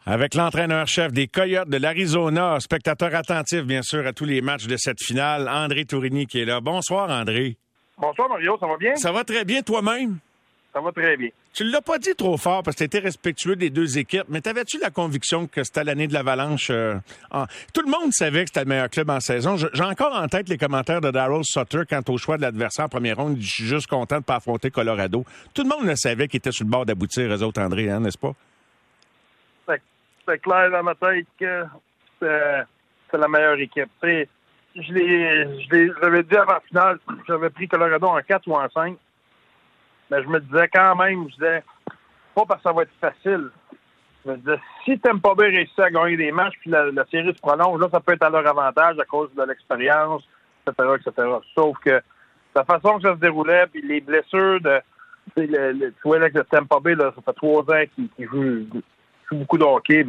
Avec l'entraîneur-chef des Coyotes de l'Arizona, spectateur attentif, bien sûr, à tous les matchs de cette finale, André Tourigny qui est là. Bonsoir, André. Bonsoir, Mario. Ça va bien? Ça va très bien, toi-même? Ça va très bien. Tu ne l'as pas dit trop fort parce que tu étais respectueux des deux équipes, mais t'avais-tu la conviction que c'était l'année de l'Avalanche? Tout le monde savait que c'était le meilleur club en saison. J'ai encore en tête les commentaires de Darryl Sutter quant au choix de l'adversaire en première ronde. Je suis juste content de ne pas affronter Colorado. Tout le monde le savait qu'ils étaient sur le bord d'aboutir, eux autres, André, hein, n'est-ce pas? C'est clair dans ma tête que c'est la meilleure équipe. T'sais, j'avais dit avant la finale, j'avais pris Colorado en 4 ou en 5. Mais je me disais quand même, pas parce que ça va être facile. Je me disais, si Tampa Bay réussit à gagner des matchs, puis la série se prolonge, là, ça peut être à leur avantage à cause de l'expérience, etc., etc. Sauf que la façon que ça se déroulait, puis les blessures tu vois là que le Tampa Bay, là, ça fait 3 ans qu'ils jouent beaucoup de hockey.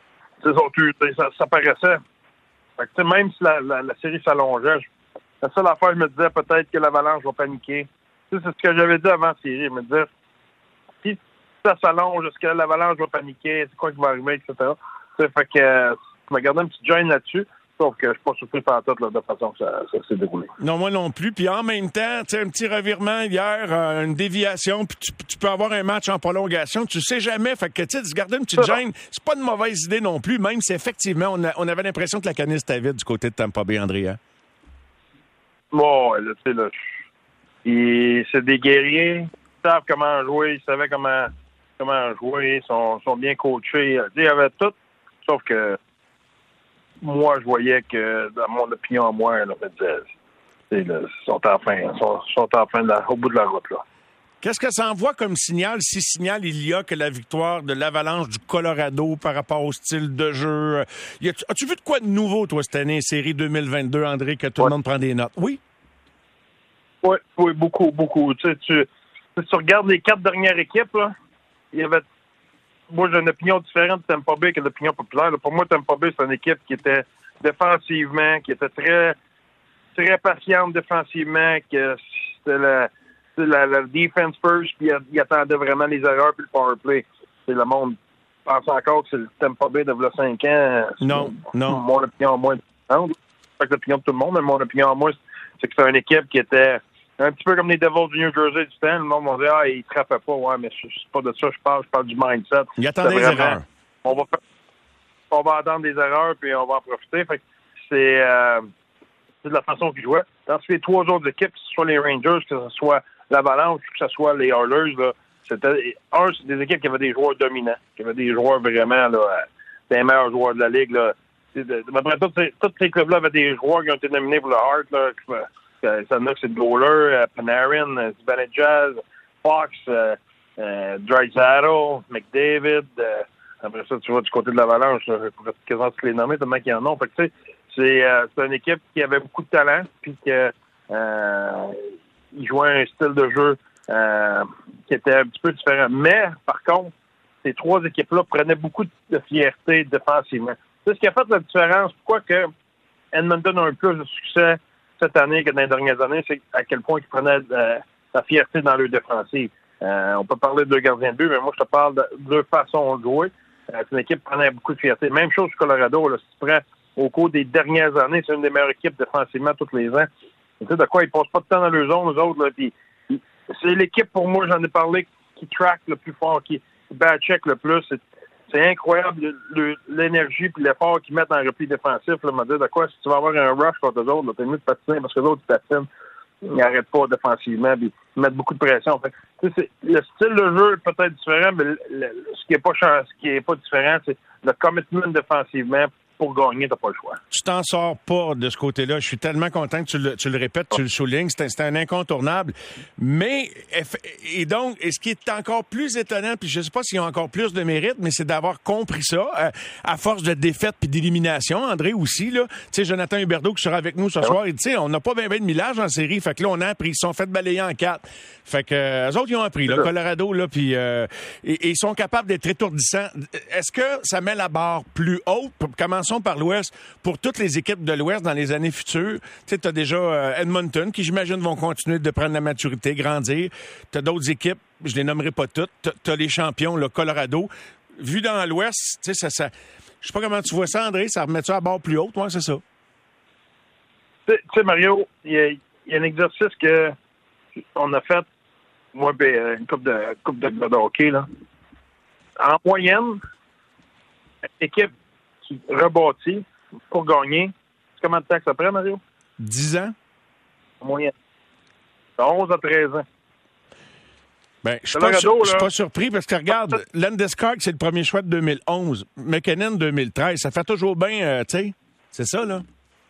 Ça paraissait. Fait que, même si la série s'allongeait, la seule affaire, je me disais peut-être que l'Avalanche va paniquer. C'est ce que j'avais dit avant la série. Je me disais, si ça s'allonge, est-ce que l'Avalanche va paniquer? C'est quoi qui va arriver, etc. Fait que je me gardais une petite gêne là-dessus. Sauf que je suis pas surpris par tout de la façon que ça s'est déroulé. Non, moi non plus. Puis en même temps, tu sais, un petit revirement hier, une déviation, puis tu peux avoir un match en prolongation. Tu sais jamais. Fait que, tu sais, se garder une petite gêne, c'est pas une mauvaise idée non plus, même si effectivement, on avait l'impression que la canisse était vide du côté de Tampa Bay, Andrea. Bon, là, tu sais, là, c'est des guerriers. Ils savent comment jouer. Ils savaient comment jouer. Ils sont bien coachés. Il y avait tout. Sauf que moi, je voyais que, dans mon opinion à moi, là, ils sont au bout de la route, là. Qu'est-ce que ça envoie comme signal, si signal il y a que la victoire de l'Avalanche du Colorado par rapport au style de jeu? As-tu vu de quoi de nouveau, toi, cette année, série 2022, André, que tout le monde prend des notes? Oui? Oui, beaucoup, beaucoup. Tu regardes les 4 dernières équipes, là, il y avait... Moi, j'ai une opinion différente de Tampa Bay que l'opinion populaire. Pour moi, Tampa Bay, c'est une équipe qui était défensivement, qui était très, très patiente défensivement, que c'était la defense first, puis il attendait vraiment les erreurs puis le power play. C'est le monde pense encore que c'est le Tampa Bay de 5 ans. Non. Mon opinion à moi est différente. C'est pas l'opinion de tout le monde, mais mon opinion à moi, c'est que c'est une équipe qui était un petit peu comme les Devils du New Jersey du temps. Le monde m'a dit, ils trappaient pas. Ouais, mais c'est pas de ça je parle du mindset. Il attendait des erreurs. On va attendre des erreurs, puis on va en profiter. Fait que c'est de la façon qu'ils jouaient. Dans les 3 autres équipes, que ce soit les Rangers, que ce soit l'Avalanche, que ce soit les Oilers, là, c'est des équipes qui avaient des joueurs dominants, qui avaient des joueurs vraiment là, des meilleurs joueurs de la Ligue. Là. Après tous ces clubs-là avaient des joueurs qui ont été nominés pour le Hart. Là, ça en a que c'est Goaler, Panarin, Zibanejad, Fox, Draisaitl, McDavid. Après ça, tu vois, du côté de l'Avalanche, je pourrais quasiment tous les nommer, tellement qu'il y en a. Fait que, tu sais, c'est une équipe qui avait beaucoup de talent, puis que ils jouaient un style de jeu qui était un petit peu différent. Mais, par contre, ces 3 équipes-là prenaient beaucoup de fierté défensivement. C'est ce qui a fait la différence. Pourquoi que Edmonton a eu plus de succès cette année que dans les dernières années, c'est à quel point ils prenaient la fierté dans leur défensive. On peut parler de 2 gardiens de but, mais moi, je te parle de leur façon de jouer. C'est une équipe qui prenait beaucoup de fierté. Même chose du Colorado. Là, si tu prends au cours des dernières années, c'est une des meilleures équipes défensivement tous les ans. Tu sais de quoi? Ils passent pas de temps dans leur zone, eux autres. Là, puis, c'est l'équipe, pour moi, j'en ai parlé, qui track le plus fort, qui back-check le plus. C'est incroyable l'énergie et l'effort qu'ils mettent en repli défensif. Là, m'a dit de quoi, si tu vas avoir un rush contre eux autres, t'es mieux de patiner parce que les autres, ils patinent. Ils n'arrêtent pas défensivement, puis ils mettent beaucoup de pression. Fait, le style de jeu est peut-être différent, mais ce qui est pas différent, c'est le commitment défensivement. Pour gagner, t'as pas le choix. Tu t'en sors pas de ce côté-là. Je suis tellement content que tu le répètes, tu le soulignes. C'est un incontournable. Mais, et ce qui est encore plus étonnant, puis je sais pas s'ils ont encore plus de mérite, mais c'est d'avoir compris ça, à force de défaites puis d'élimination. André aussi, là. Tu sais, Jonathan Huberdeau qui sera avec nous ce soir, il dit, on n'a pas bien de millage en série. Fait que là, on a appris. Ils se sont fait balayer en 4. Fait que, eux autres, ils ont appris, là. Colorado, là, puis ils sont capables d'être étourdissants. Est-ce que ça met la barre plus haute? Commençons par l'Ouest pour toutes les équipes de l'Ouest dans les années futures. Tu sais, t'as déjà Edmonton qui, j'imagine, vont continuer de prendre la maturité, grandir. T'as d'autres équipes, je les nommerai pas toutes. T'as les champions, le Colorado. vu dans l'Ouest, tu sais, ça je sais pas comment tu vois ça, André, ça remet ça à barre plus haute, ouais, c'est ça. Tu sais, Mario, il y a un exercice que on a fait, moi, une coupe de hockey, là. En moyenne, l'équipe qui rebâtit pour gagner, c'est combien de temps que ça prend, Mario? 10 ans? En moyenne. De 11 à 13 ans. Ben, je suis pas surpris parce que regarde, Landeskog, c'est le premier choix de 2011. McKinnon, 2013. Ça fait toujours bien, tu sais. C'est ça, là.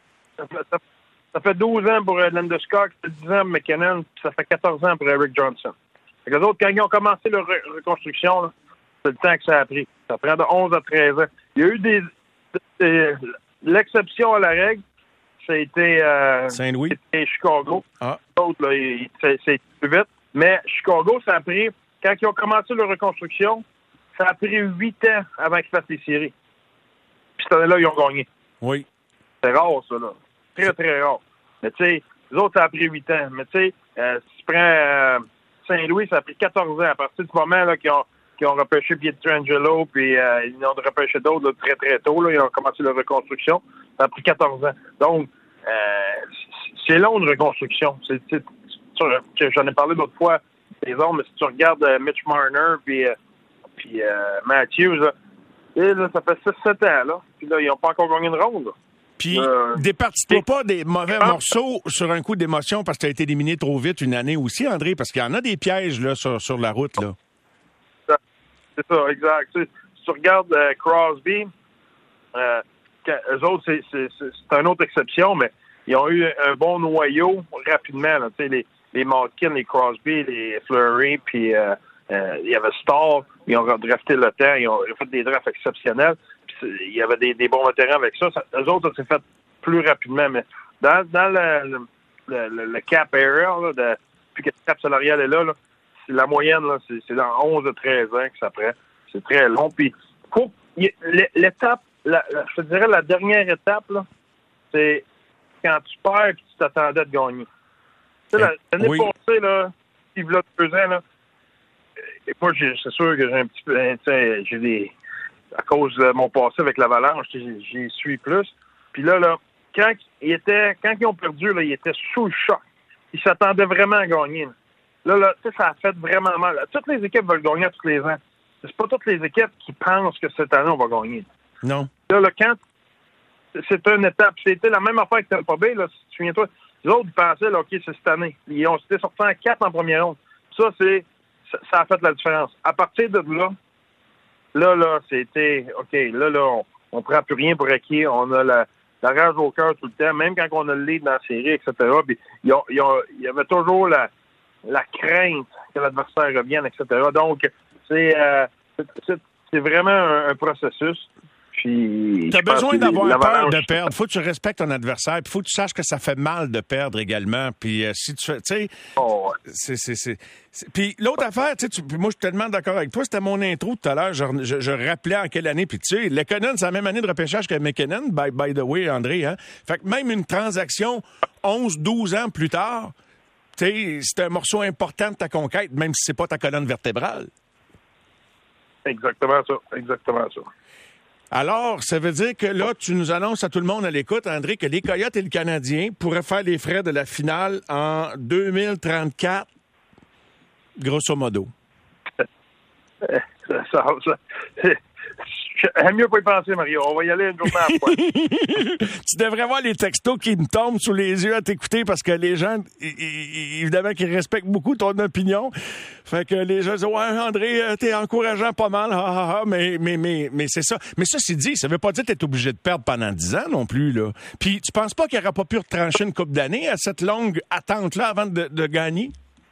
Ça fait 12 ans pour Landeskog, ça fait 10 ans pour McKinnon, puis ça fait 14 ans pour Eric Johnson. Les autres, quand ils ont commencé leur reconstruction, là, c'est le temps que ça a pris. Ça prend de 11 à 13 ans. Il y a eu l'exception à la règle, ça a été Saint-Louis. C'était Chicago. Ah. L'autre, là, c'est plus vite. Mais Chicago, ça a pris, quand ils ont commencé leur reconstruction, ça a pris 8 ans avant qu'ils fassent les séries. Puis cette année-là, ils ont gagné. Oui. C'est rare, ça, là. Très, très rare. Mais tu sais, les autres, ça a pris 8 ans. Mais tu sais, si tu prends Saint-Louis, ça a pris 14 ans. À partir du moment là, qu'ils ont repêché Pietrangelo, puis ils ont repêché d'autres là, très, très tôt. Là, ils ont commencé leur reconstruction. Ça a pris 14 ans. Donc, c'est long, une reconstruction. J'en ai parlé l'autre fois, les autres, mais si tu regardes Mitch Marner puis Matthews, là, et là, ça fait 6-7 ans, là. Puis là, ils n'ont pas encore gagné une ronde, là. Puis, départis-toi pas des mauvais morceaux sur un coup d'émotion parce que tu as été éliminé trop vite une année aussi, André, parce qu'il y en a des pièges là, sur la route, là. C'est ça, exact. Tu sais, si tu regardes Crosby, eux autres, c'est une autre exception, mais ils ont eu un bon noyau rapidement, là. Tu sais, les Malkin, les Crosby, les Fleury, puis il y avait Starr, ils ont drafté le temps, ils ont fait des drafts exceptionnels. Puis il y avait des bons vétérans avec ça. Eux autres, ça s'est fait plus rapidement. Mais dans le cap area, là, depuis que le cap salarial est là, c'est la moyenne, là, c'est dans 11 à 13 ans que ça prend. C'est très long. Puis l'étape, je te dirais la dernière étape, là, c'est quand tu perds et tu t'attendais de gagner. Tu sais, l'année passée, là, il y a 2 ans, là, et moi, c'est sûr que j'ai un petit peu, j'ai des, à cause de mon passé avec l'Avalanche, j'y suis plus. Puis là, quand ils ont perdu, là, ils étaient sous le choc. Ils s'attendaient vraiment à gagner. Là, ça a fait vraiment mal. Toutes les équipes veulent gagner à tous les ans. C'est pas toutes les équipes qui pensent que cette année, on va gagner. Non. Là, quand c'était une étape, c'était la même affaire que Tampa Bay, là, si tu te souviens-toi. Les autres, ils pensaient, là, OK, c'est cette année. Ils ont été sortis en 4 en première ronde. Ça a fait la différence. À partir de là, c'était, OK, là, on prend plus rien pour acquis. On a la rage au cœur tout le temps, même quand on a le lead dans la série, etc. Puis, il y avait toujours la crainte que l'adversaire revienne, etc. Donc, c'est vraiment un processus. Tu as besoin d'avoir peur de perdre. Faut que tu respectes ton adversaire. Puis faut que tu saches que ça fait mal de perdre également. Puis si tu fais, tu sais, Puis l'autre affaire, tu sais, moi je suis tellement d'accord avec toi. C'était mon intro tout à l'heure. Je rappelais en quelle année. Puis tu sais, Lekonen, c'est la même année de repêchage que McKinnon. By the way, André. Hein? Fait que même une transaction 11-12 ans plus tard, tu sais, c'est un morceau important de ta conquête, même si c'est pas ta colonne vertébrale. Exactement ça. Alors, ça veut dire que là, tu nous annonces à tout le monde à l'écoute, André, que les Coyotes et le Canadien pourraient faire les frais de la finale en 2034, grosso modo. J'aime mieux pas y penser, Mario. On va y aller une journée à la fois. Tu devrais voir les textos qui me tombent sous les yeux à t'écouter parce que les gens, évidemment, qui respectent beaucoup ton opinion. Fait que les gens disent, ouais, André, t'es encourageant pas mal, mais c'est ça. Mais ça, c'est dit, ça veut pas dire que t'es obligé de perdre pendant 10 ans non plus, là. Puis, tu penses pas qu'il n'aurait pas pu retrancher une couple d'années à cette longue attente-là avant de gagner?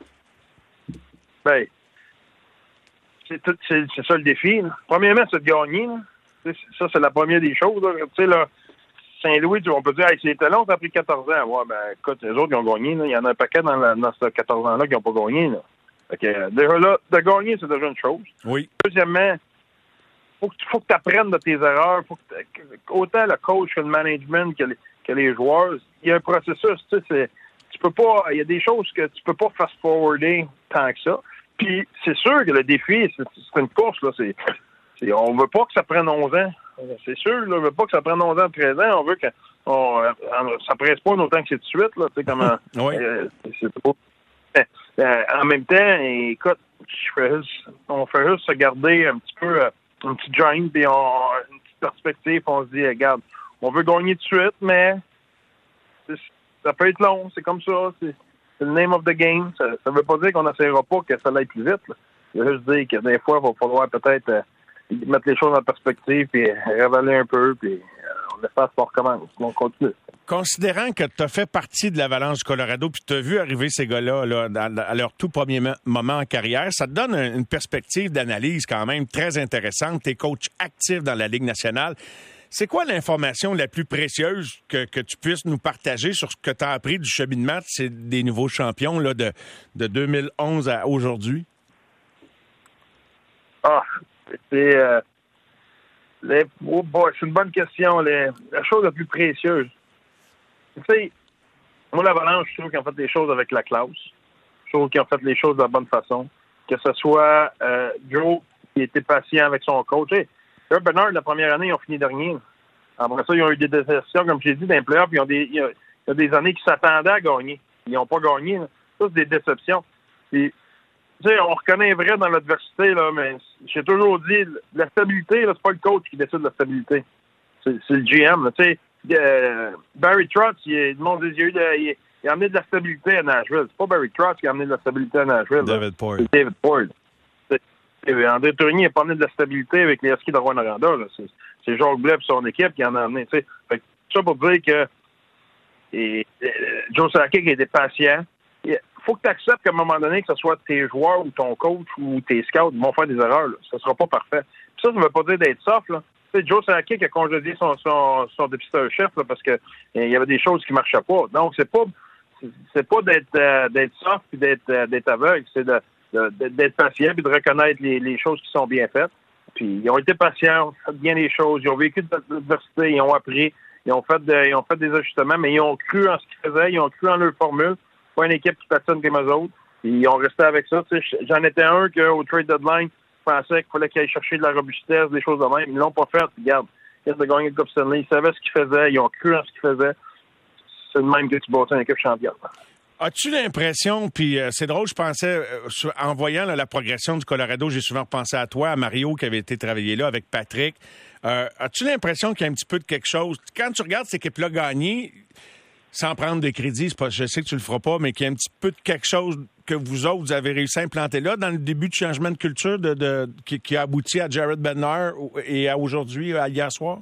Ben, c'est ça le défi. Là. Premièrement, c'est de gagner. Là. Ça, c'est la première des choses. Tu sais, là, Saint-Louis, on peut dire, hey, c'était long, ça a pris 14 ans. Ouais, ben, écoute, les autres, ils ont gagné. Là. Il y en a un paquet dans ces 14 ans-là qui n'ont pas gagné. Là. Fait que, déjà là, de gagner, c'est déjà une chose. Oui. Deuxièmement, faut que tu apprennes de tes erreurs. Autant le coach que le management que les joueurs, il y a un processus. Tu sais, tu peux pas, il y a des choses que tu peux pas fast-forwarder tant que ça. Puis, c'est sûr que le défi, c'est une course, là. On veut pas que ça prenne 11 ans. C'est sûr, là, on veut pas que ça prenne 11 ans, 13 ans. On veut que ça presse pas autant que c'est tout de suite. Là, comme, oui. C'est trop. En même temps, écoute, on fait juste se garder un petit peu un petit giant, puis une petite perspective. On se dit, regarde, on veut gagner tout de suite, mais ça peut être long. C'est comme ça. C'est le name of the game. Ça veut pas dire qu'on n'essaiera pas que ça aille plus vite. Là. Ça veut juste dire que des fois, il va falloir peut-être mettre les choses en perspective, puis ravaler un peu, puis on efface, on recommence. On continue. Considérant que tu as fait partie de l'Avalanche du Colorado puis tu as vu arriver ces gars-là là, à leur tout premier moment en carrière, ça te donne une perspective d'analyse quand même très intéressante. Tu es coach actif dans la Ligue nationale. C'est quoi l'information la plus précieuse que tu puisses nous partager sur ce que tu as appris du cheminement des nouveaux champions là, de 2011 à aujourd'hui? C'est une bonne question. La chose la plus précieuse. Tu sais, moi, l'Avalanche, je trouve qu'ils ont fait les choses avec la classe. Je trouve qu'ils ont fait les choses de la bonne façon. Que ce soit Joe qui était patient avec son coach. Hey, Bernard, la première année, ils ont fini dernier. Après ça, ils ont eu des déceptions, comme j'ai dit, dans les playoffs. Il y a des années qui s'attendaient à gagner. Ils n'ont pas gagné. Là. Ça, c'est des déceptions. Puis, tu sais, on reconnaît vrai dans l'adversité, là, mais j'ai toujours dit, la stabilité, là, c'est pas le coach qui décide de la stabilité. C'est le GM. Tu sais, Barry Trotz, il a amené de la stabilité à Nashville. C'est pas Barry Trotz qui a amené de la stabilité à Nashville. David Poile. C'est David Poile. André Tourigny n'a pas amené de la stabilité avec les Huskies de Rwanda. C'est Jacques Blais et son équipe qui en a amené. Fait que ça pour dire que Joe Sakic a été patient. Il faut que tu acceptes qu'à un moment donné, que ce soit tes joueurs ou ton coach ou tes scouts, ils vont faire des erreurs. Là. Ça sera pas parfait. Puis ça ne veut pas dire d'être soft. Là. Joe Sakic a congédié son dépisteur-chef parce que il y avait des choses qui ne marchaient pas. Donc, c'est pas d'être soft et d'être aveugle. C'est d'être patient et de reconnaître les choses qui sont bien faites. Puis, ils ont été patients, ont fait bien les choses. Ils ont vécu de l'adversité, ils ont appris. Ils ont fait des ajustements, mais ils ont cru en ce qu'ils faisaient. Ils ont cru en leur formule. Pas une équipe qui patine comme eux autres. Ils ont resté avec ça. J'en étais un qu'au trade deadline, je pensais qu'il fallait qu'ils aillent chercher de la robustesse, des choses de même. Ils l'ont pas fait. Regarde, ils ont gagné le Coupe Stanley. Ils savaient ce qu'ils faisaient. Ils ont cru en ce qu'ils faisaient. C'est le même que tu bâtis une équipe championne. As-tu l'impression, puis c'est drôle, je pensais, en voyant la progression du Colorado, j'ai souvent repensé à toi, à Mario qui avait été travaillé là avec Patrick. As-tu l'impression qu'il y a un petit peu de quelque chose? Quand tu regardes cette équipe-là gagner, sans prendre de crédit, je sais que tu le feras pas, mais qu'il y a un petit peu de quelque chose que vous autres, vous avez réussi à implanter là dans le début du changement de culture qui a abouti à Jared Bednar et à aujourd'hui, à hier soir?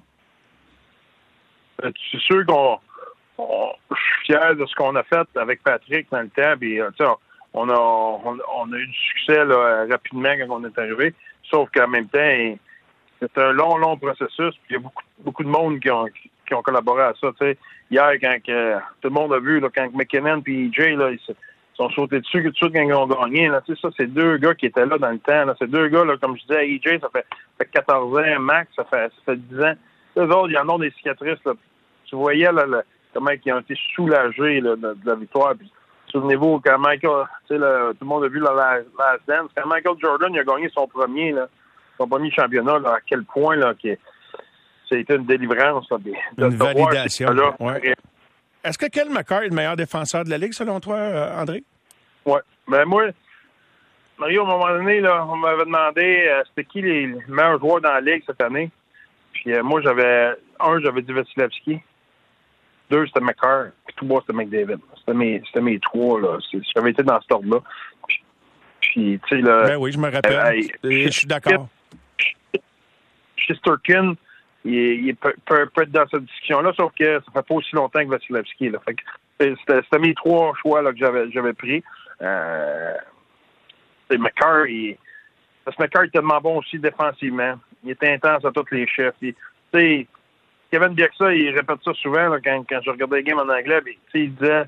C'est sûr je suis fier de ce qu'on a fait avec Patrick dans le temps. Puis, on a eu du succès là, rapidement quand on est arrivé. Sauf qu'en même temps, c'est un long processus. Puis il y a beaucoup de monde qui ont collaboré à ça. T'sais. Hier, quand tout le monde a vu, là, quand McKinnon et EJ, là, ils sont sautés dessus tout de suite quand ils ont gagné. Là, ça, c'est deux gars qui étaient là dans le temps. Là. C'est deux gars, là, comme je disais, EJ, ça fait 14 ans, Max, ça fait 10 ans. Eux autres, ils en ont des cicatrices. Là. Tu voyais là, comment ils ont été soulagés là, de la victoire. Puis, souvenez-vous, quand Michael, tout le monde a vu la Last Dance, quand Michael Jordan il a gagné son premier championnat, là, à quel point là, c'était une délivrance. Là, une validation. Ouais. Est-ce que Kel McCarr est le meilleur défenseur de la Ligue, selon toi, André? Oui. Ben moi, Mario, à un moment donné, là, on m'avait demandé c'était qui les meilleurs joueurs dans la Ligue cette année. Puis moi, j'avais dit Vasilevski. 2, c'était McCarr. Puis 3, c'était McDavid. C'était mes 3, là. J'avais été dans cet ordre-là. Puis tu sais, là... Ben oui, je me rappelle. Je suis d'accord. Shesterkin, il peut être dans cette discussion-là, sauf que ça fait pas aussi longtemps que Vasilevski, là. Fait que c'était mes 3 choix là, que j'avais pris. McCarr, parce que McCarr est tellement bon aussi défensivement. Il est intense à tous les chefs. Tu sais, Kevin Bieksa, il répète ça souvent là, quand je regardais les games en anglais. Il disait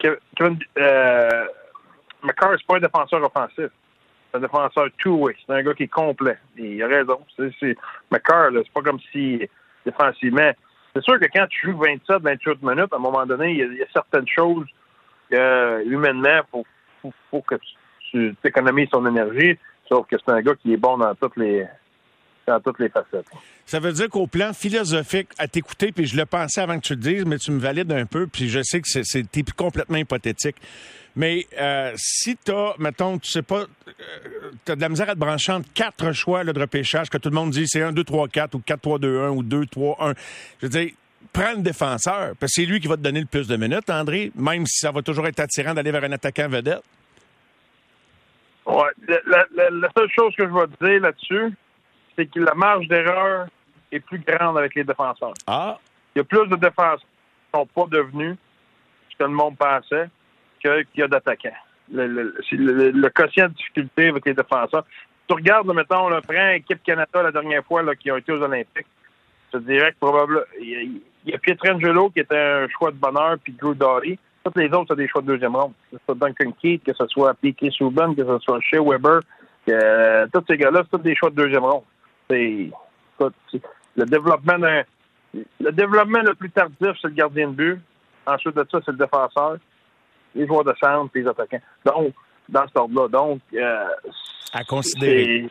McCarr, c'est pas un défenseur offensif. C'est un défenseur two-way. C'est un gars qui est complet. Il a raison. McCarr, là, c'est pas comme si défensivement. C'est sûr que quand tu joues 27-28 minutes, à un moment donné, il y a certaines choses que humainement, faut que tu économises son énergie. Sauf que c'est un gars qui est bon dans toutes les dans toutes les facettes. Ça veut dire qu'au plan philosophique, à t'écouter, puis je le pensais avant que tu le dises, mais tu me valides un peu, puis je sais que t'es complètement hypothétique. Mais si t'as, mettons, tu sais pas, t'as de la misère à te brancher entre 4 choix là, de repêchage, que tout le monde dit c'est 1, 2, 3, 4 ou 4, 3, 2, 1 ou 2, 3, 1. Je veux dire, prends le défenseur, parce que c'est lui qui va te donner le plus de minutes, André, même si ça va toujours être attirant d'aller vers un attaquant vedette. Ouais. La seule chose que je vais te dire là-dessus, c'est que la marge d'erreur est plus grande avec les défenseurs. Ah. Il y a plus de défenseurs qui ne sont pas devenus ce que le monde pensait qu'il y a d'attaquants. Le quotient de difficulté avec les défenseurs. Tu regardes, mettons, prends l'équipe Canada la dernière fois là, qui ont été aux Olympiques. Je te dirais que probablement il y a Pietrangelo qui était un choix de bonheur, puis Drew Doughty. Tous les autres, c'est des choix de deuxième ronde. Que ce soit Duncan Keith, que ce soit P.K. Subban, que ce soit Shea Weber. Tous ces gars-là, c'est tous des choix de deuxième ronde. C'est le développement le plus tardif, c'est le gardien de but. Ensuite de ça, c'est le défenseur, les joueurs de centre et les attaquants. Donc, dans cet ordre-là. Donc, à considérer.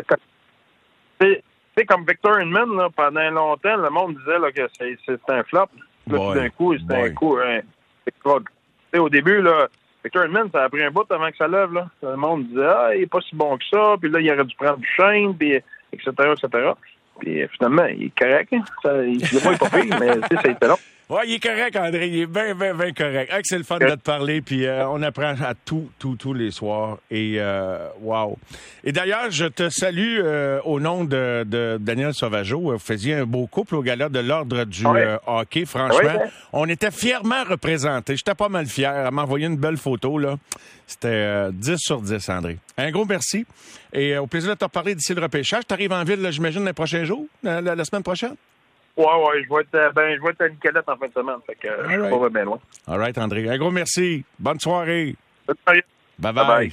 C'est comme Victor Hedman, là, pendant longtemps, le monde disait là, que c'est un flop. Là, tout d'un coup, c'était un coup. Au début, là, Victor Hedman, ça a pris un bout avant que ça lève. Là. Le monde disait il n'est pas si bon que ça, puis là, il aurait dû prendre du chêne, puis etc., etc. Puis finalement, il est correct. Hein? Il n'est pas pire, mais ça a été long. Oui, il est correct, André. Il est bien, bien, bien correct. C'est le fun de te parler, puis on apprend à tous les soirs. Et wow. Et d'ailleurs, je te salue au nom de Daniel Sauvageau. Vous faisiez un beau couple au gala de l'Ordre du hockey. Franchement, on était fièrement représentés. J'étais pas mal fier. Elle m'a envoyé une belle photo, là. C'était 10 sur 10, André. Un gros merci. Et au plaisir de te reparler d'ici le repêchage. Tu arrives en ville, là, j'imagine, les prochains jours, la semaine prochaine? Oui, je vais être à Nicolette en fin de semaine. Fait que je suis pas bien loin. All right, André. Un gros merci. Bonne soirée. Bye bye.